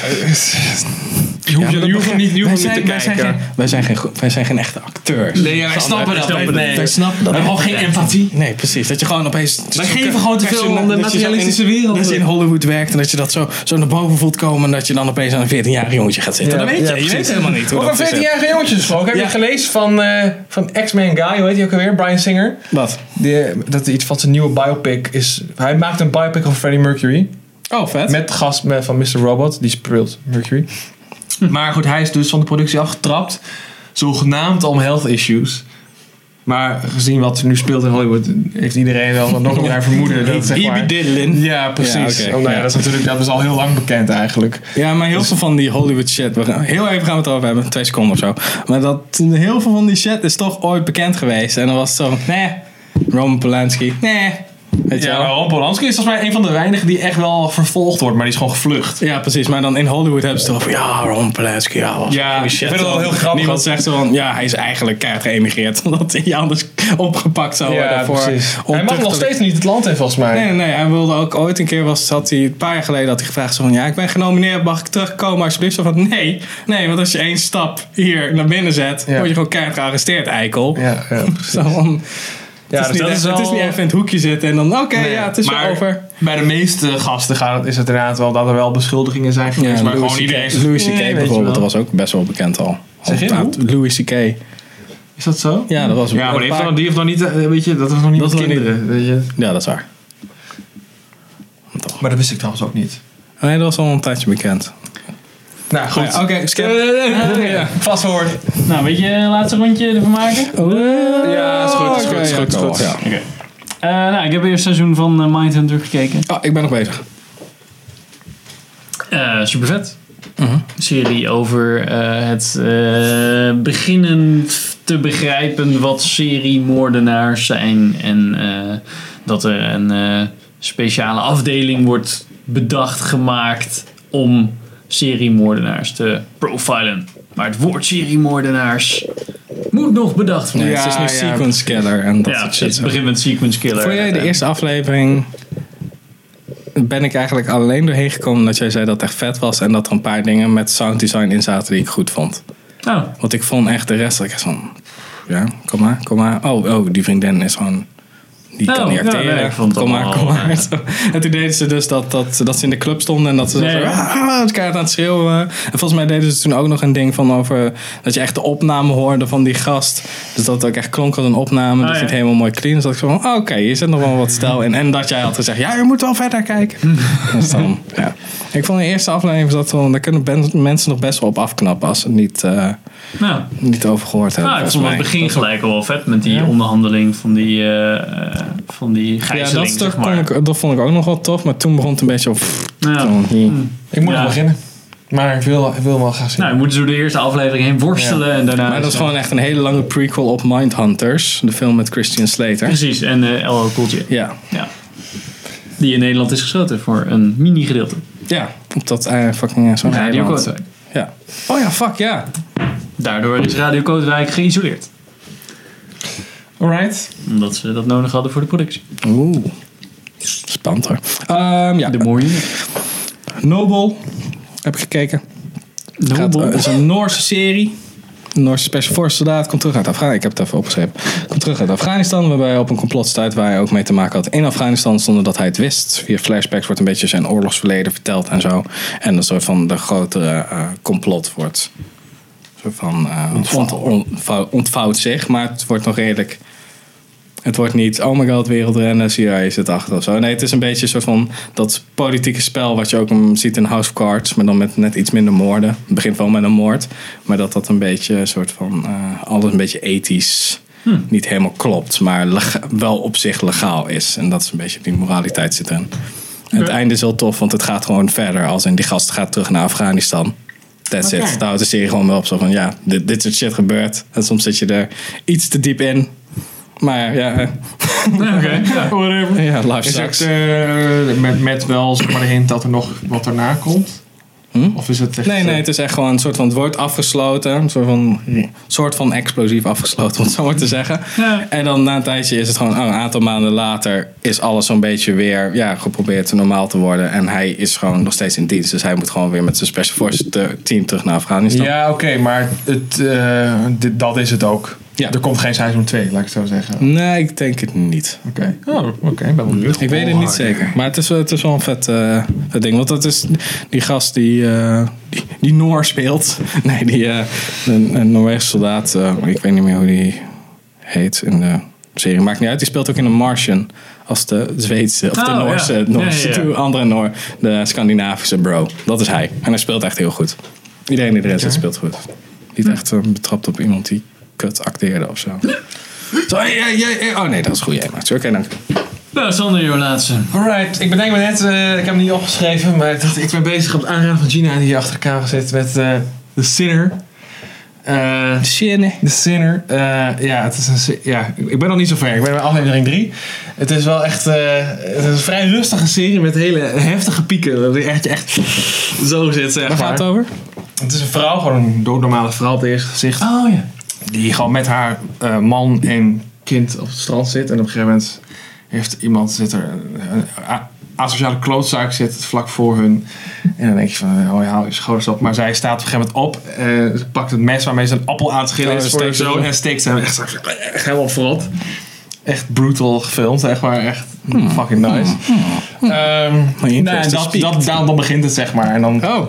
Je hoeft, ja, je hoeft hem niet, je hoeft wij, niet te zijn, kijken. Wij zijn, geen, wij zijn geen echte acteurs. Nee, ja, wij snappen dat. Wij, nee. wij snappen dat. We hebben gewoon geen empathie. Nee, precies. Dat je gewoon opeens... Wij geven gewoon te veel om de materialistische wereld. Dat je in Hollywood werkt en dat je dat zo, zo naar boven voelt komen en dat je dan opeens aan een veertienjarig jongetje gaat zitten. Ja, dat weet je. Ja, je weet helemaal niet hoe over dat is. Over veertienjarige jongetjes gesproken. Heb je ja. gelezen van, uh, van X-Men Guy, hoe heet hij ook alweer? Brian Singer. Wat? Die, dat iets van zijn nieuwe biopic is... Hij maakt een biopic over Freddie Mercury. Oh, vet. Met de gast van mister Robot. Die speelt Mercury. Maar goed, hij is dus van de productie afgetrapt. Zogenaamd om health issues. Maar gezien wat er nu speelt in Hollywood... heeft iedereen wel nog een jaar vermoeden. Dat, zeg maar, ja, precies. Ja, okay. oh, nou ja, dat, is natuurlijk, dat is al heel lang bekend eigenlijk. Ja, maar heel dus, veel van die Hollywood shit... We gaan, heel even gaan we het over hebben. Twee seconden of zo. Maar dat, heel veel van die shit is toch ooit bekend geweest. En dan was het zo... Nee, Roman Polanski. Nee... Weet ja, Roman Polanski is volgens mij een van de weinigen die echt wel vervolgd wordt, maar die is gewoon gevlucht. Ja, precies. Maar dan in Hollywood hebben ze het over, ja, Roman Polanski, ja, was ja, shit. Ik vind het wel heel grappig. Niemand zegt zo van, ja, hij is eigenlijk keihard geëmigreerd, omdat hij anders opgepakt zou worden. Ja, voor hij mag nog steeds niet het land in, volgens mij. Nee, nee, nee. Hij wilde ook ooit een keer, was, had hij, een paar jaar geleden had hij gevraagd zo van, ja, ik ben genomineerd, mag ik terugkomen alsjeblieft? Zo van, nee, nee, want als je één stap hier naar binnen zet, ja. word je gewoon keihard gearresteerd, eikel. Ja, ja, zo van... Ja, het, is dus niet, is wel... het is niet even in het hoekje zitten en dan oké, okay, nee, ja, het is weer over. Bij de meeste gasten gaat, is het inderdaad wel dat er wel beschuldigingen zijn geweest. Ja, maar Louis gewoon iedereen... Louis C K nee, bijvoorbeeld, dat was ook best wel bekend al. Zeg je hoe? Louis C K. Is dat zo? Ja, dat was ja, maar die heeft, nog, die heeft nog niet, weet je, dat was nog niet dat met kinderen. Niet. Weet je. Ja, dat is waar. Maar dat wist ik trouwens ook niet. Nee, dat was al een tijdje bekend. Nou, goed. Oké, okay, skip. Uh, ja. Vast forward. Nou, weet je, laatste rondje ervan maken? Oh. Ja, is goed, is goed, is goed. Is goed. Ja. Okay. Uh, nou, ik heb eerst seizoen van uh, Mindhunter gekeken. Oh, ik ben nog bezig. Uh, super vet. Uh-huh. Serie over uh, het uh, beginnen te begrijpen wat seriemoordenaars zijn. En uh, dat er een uh, speciale afdeling wordt bedacht, gemaakt om seriemoordenaars te profilen. Maar het woord seriemoordenaars moet nog bedacht worden. Nee, het is nu Ja, ja. sequence killer en dat Ja, soort precies. shit. Het begint met sequence killer. Vond jij de En- eerste aflevering... ben ik eigenlijk alleen doorheen gekomen dat jij zei dat het echt vet was... en dat er een paar dingen met sounddesign in zaten die ik goed vond. Oh, Want ik vond echt de rest... dat ik echt van... ja, kom maar, kom maar. Oh, oh die vriendin is gewoon... die Oh, kan niet ja, acteren. nee, ik vond het kom maar, allemaal, kom maar. ja. Zo. En toen deden ze dus dat, dat, dat ze in de club stonden... en dat ze Nee, zo... ja. ah, elkaar aan het schreeuwen. En volgens mij deden ze toen ook nog een ding van over... dat je echt de opname hoorde van die gast. Dus dat het ook echt klonk als een opname. Oh, dat je ja. het helemaal mooi clean. Dus dat ik zo van... oh, oké, hier zit nog wel wat stijl in. En dat jij had gezegd... ja, je moet wel verder kijken. Dus dan, ja. Ik vond de eerste aflevering... dat wel, daar kunnen ben- mensen nog best wel op afknappen... als ze het niet, uh, nou. niet over gehoord hebben. Nou, ik volgens vond het mij. begin gelijk al wel vet met die Ja. onderhandeling van die, uh, van die Ja, gijzeling, dat stuk zeg maar. vond ik, dat vond ik ook nog wel tof. Maar toen begon het een beetje op... Ja. Zo, hier. Ik moet Ja. nog beginnen. Maar ik wil, ik wil wel gaan zien. Nou, we moeten zo de eerste aflevering heen worstelen en daarna... Maar dat is gewoon echt een hele lange prequel op Mindhunters. De film met Christian Slater. Precies, en uh, L L Cool J. Ja, Ja. Die in Nederland is geschoten voor een mini-gedeelte. ja. Op dat uh, fucking uh, zo'n Radio eiland. Kootwijk. Ja. Oh ja, fuck ja. Daardoor is Radio Kootwijk geïsoleerd. Alright. Omdat ze dat nodig hadden voor de productie. Oeh. Spannend hoor. Um, ja. De mooie. Noble. Heb ik gekeken. Gaat, Noble. uh, het is een Noorse serie. Een Noorse Special Forces soldaat komt terug uit Afghanistan. Ik heb het even opgeschreven. Komt terug uit Afghanistan. Waarbij hij op een complot stuit waar hij ook mee te maken had in Afghanistan. Zonder dat hij het wist. Via flashbacks wordt een beetje zijn oorlogsverleden verteld en zo. En een soort van de grotere uh, complot wordt... soort van uh, ont, ontvouwt, ontvouwt zich. Maar het wordt nog redelijk... Het wordt niet, oh my god, wereldrennen, C I A zit achter of zo. Nee, het is een beetje een soort van dat politieke spel wat je ook ziet in House of Cards, maar dan met net iets minder moorden. Het begint wel met een moord, maar dat dat een beetje een soort van, uh, alles een beetje ethisch hm. niet helemaal klopt, maar lega- wel op zich legaal is. En dat is een beetje, die moraliteit zit erin. En het einde is heel tof, want het gaat gewoon verder als in die gast gaat terug naar Afghanistan. That's okay. it. Daar houdt de serie gewoon wel op zo van, ja, dit, dit soort shit gebeurt. En soms zit je er iets te diep in. Maar ja, Oké, okay, ja. Whatever. ja, life Is sucks. het uh, met, met wel zeg maar de hint dat er nog wat erna komt? Hm? Of is het echt... Nee, nee, het is echt gewoon een soort van, het wordt afgesloten. Een soort van, soort van explosief afgesloten, om het zo maar te zeggen. Ja. En dan na een tijdje is het gewoon, oh, een aantal maanden later is alles zo'n beetje weer, ja, geprobeerd normaal te worden. En hij is gewoon nog steeds in dienst. Dus hij moet gewoon weer met zijn Special Forces team terug naar Afghanistan. Ja, oké, okay, maar het, uh, dit, dat is het ook. Ja. Er komt geen seizoen twee, laat ik het zo zeggen. Nee, ik denk het niet. Oké, okay. oh, oké, okay. ben wel benieuwd. Ik weet het niet zeker. Maar het is, het is wel een vet, uh, vet ding. Want dat is die gast die, uh, die, die Noor speelt. Nee, die uh, een, een Noorse soldaat. Uh, ik weet niet meer hoe die heet in de serie. Maakt niet uit. Die speelt ook in The Martian. Als de Zweedse of de oh, Noorse. Ja. Noorse Ja, ja, ja. andere Noor. De Scandinavische bro. Dat is hij. En hij speelt echt heel goed. Iedereen die erin zit speelt goed. Niet echt uh, betrapt op iemand die kut acteerde of zo. Zo, ja, ja, ja. Oh nee, dat is goed. Jij maakt. Oké, okay, dank u. Nou, Sander, jouw laatste. Alright, ik bedenk me net, uh, ik heb hem niet opgeschreven, maar ik dacht, ik ben bezig op het aanraden van Gina die hier achter de camera zit met uh, The Sinner. Uh, Sinner. The Sinner. Uh, ja, het is een, ja, ik ben nog niet zo ver. Ik ben bij aflevering drie. Het is wel echt uh, het is een vrij rustige serie met hele heftige pieken. Dat je echt, echt zo zit, zeg maar. Waar gaat het over? Het is een vrouw, gewoon een doodnormale vrouw op het eerste gezicht. Oh ja. Die gewoon met haar uh, man en kind op het strand zit. En op een gegeven moment heeft iemand, zit er een asociale klootzak zit vlak voor hun. En dan denk je van, oh ja, is schouders op. Maar zij staat op een gegeven moment op. Uh, ze pakt het mes waarmee ze een appel aan het schillen is oh, voor de zoon. En steekt ze hem echt, echt helemaal verrot. Echt brutal gefilmd, echt maar echt hmm. fucking nice. Hmm. Um, nou, dat, dat, dan, dan begint het, zeg maar. En dan oh.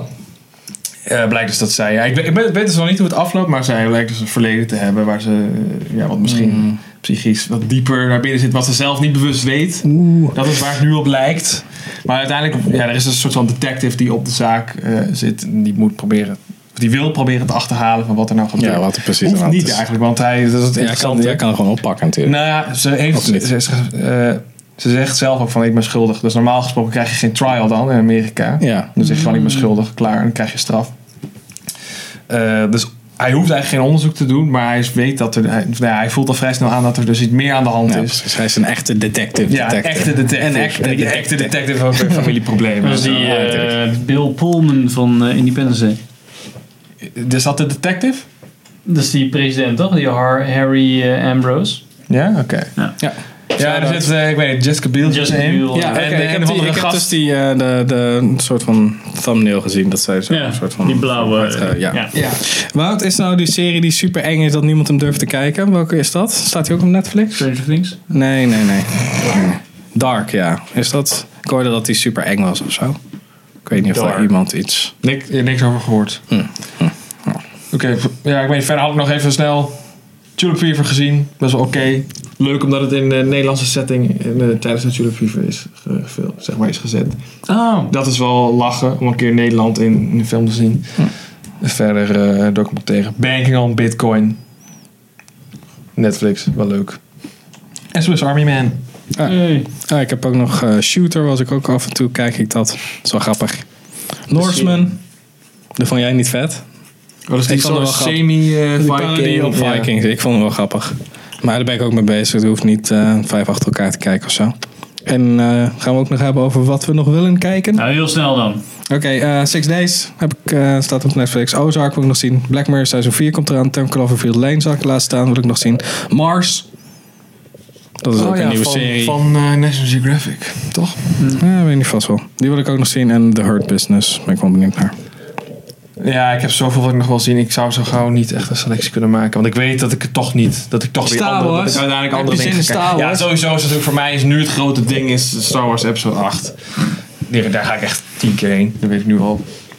uh, blijkt dus dat zij... Ja, ik, weet, ik weet dus nog niet hoe het afloopt, maar zij lijkt dus een verleden te hebben waar ze ja, wat misschien hmm. psychisch wat dieper naar binnen zit, wat ze zelf niet bewust weet. Oeh. Dat is waar het nu op lijkt. Maar uiteindelijk, ja, er is een soort van detective die op de zaak uh, zit en die moet proberen... Die wil proberen te achterhalen van wat er nou gebeurt. Ja, wat er precies Hoeft aan niet is. eigenlijk, want hij... Dat is het ja, kan, jij kan er gewoon oppakken natuurlijk. Nou ja, ze, heeft, ze, ze, uh, ze zegt zelf ook van ik ben schuldig. Dus normaal gesproken krijg je geen trial dan in Amerika. Ja. Dan zeg je gewoon ik ben schuldig, klaar. En dan krijg je straf. Uh, dus hij hoeft eigenlijk geen onderzoek te doen, maar hij weet dat er, hij, nou ja, hij voelt al vrij snel aan dat er dus iets meer aan de hand Ja, is. precies. Hij is een echte detective. Ja, een detective. echte detective. Een echte En die detective. echte detective ook weer familieproblemen. Dat is die Ja, eh, Bill Pullman van eh, Independence Day. is dat de detective? Dat is die president toch? Die Har- Harry eh, Ambrose. Ja, oké. Okay. Ja. Ja. Ja, er zit, uh, ik weet niet, Jessica Biel Jessica in. Biel. Ja, En oké. de Ik een heb, of die, andere ik heb gast. dus die, uh, de, de soort van thumbnail gezien. Dat zij zo Ja, een soort van... die blauwe. uitge- ja. ja. Ja. Wout, is nou die serie die super eng is dat niemand hem durft te kijken? Welke is dat? Staat die ook op Netflix? Stranger Things. Nee, nee, nee. Dark, ja. Is dat... Ik hoorde dat die super eng was of zo. Ik weet niet of daar Dark. iemand iets... Niks, niks over gehoord. Hm. Hm. Oké, ja, ik weet niet, verder had ik nog even snel Tulip Fever gezien. Best wel oké. Leuk omdat het in de Nederlandse setting in, uh, tijdens de Tulip Fever is, uh, veel, zeg maar, is gezet. Oh. Dat is wel lachen om een keer Nederland in, in een film te zien. Hm. Verder uh, documentaire Banking on Bitcoin. Netflix, wel leuk. En Swiss Army Man. Ah, Hey. ah, ik heb ook nog uh, Shooter, was ik ook af en toe, kijk ik dat. Dat is wel grappig. Norseman. Dat vond jij niet vet? Wat is die Ik vond het soort wel grappig. semi-Viking? Die parodie op ja. Vikings. Ik vond het wel grappig. Maar daar ben ik ook mee bezig. Je hoeft niet uh, vijf achter elkaar te kijken of zo. En uh, gaan we ook nog hebben over wat we nog willen kijken. Nou, heel snel dan. Oké, okay, uh, Six Days heb ik, uh, staat op Netflix. Ozark wil ik nog zien. Black Mirror seizoen vier komt eraan. Ten Cloverfield Lane zag ik laatst staan. Wil ik nog zien. Mars. Dat is Oh ook ja, een nieuwe van, serie. Van uh, National Geographic, toch? Ja, weet niet vast wel. Die wil ik ook nog zien. En The Hurt Business. Ben ik wel benieuwd naar. Ja, ik heb zoveel wat ik nog wel zien. Ik zou zo gauw niet echt een selectie kunnen maken. Want ik weet dat ik het toch niet... Dat ik toch weer Star andere, dat Wars. ik uiteindelijk Heb andere je dingen zin ga in Star kijken. Wars? Ja, sowieso is natuurlijk voor mij is nu het grote ding is Star Wars Episode acht. Daar, daar ga ik echt tien keer heen. Dat weet ik nu al.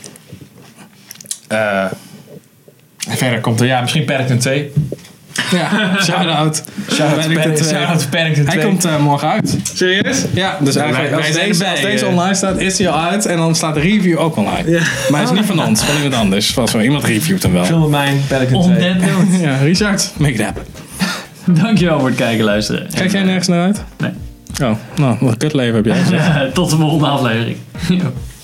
Uh, en verder komt er... Ja, misschien Paddington twee. Ja, shout-out. Shout-out to Paddington, shout-out to Paddington Hij twee. komt uh, morgen uit. Serieus? Ja, dus eigenlijk wij als, zijn deze, erbij, als deze eh. online staat, is hij al uit. En dan staat de review ook online. Ja. Maar hij is niet van ons, van iemand anders. Vast wel iemand reviewt hem wel. Film met mijn Paddington On twee. that note. Ja, Richard, make it happen. Dankjewel voor het kijken en luisteren. Kijk jij nergens naar uit? Nee. Oh, nou, wat een kutleven heb jij. Tot de volgende aflevering.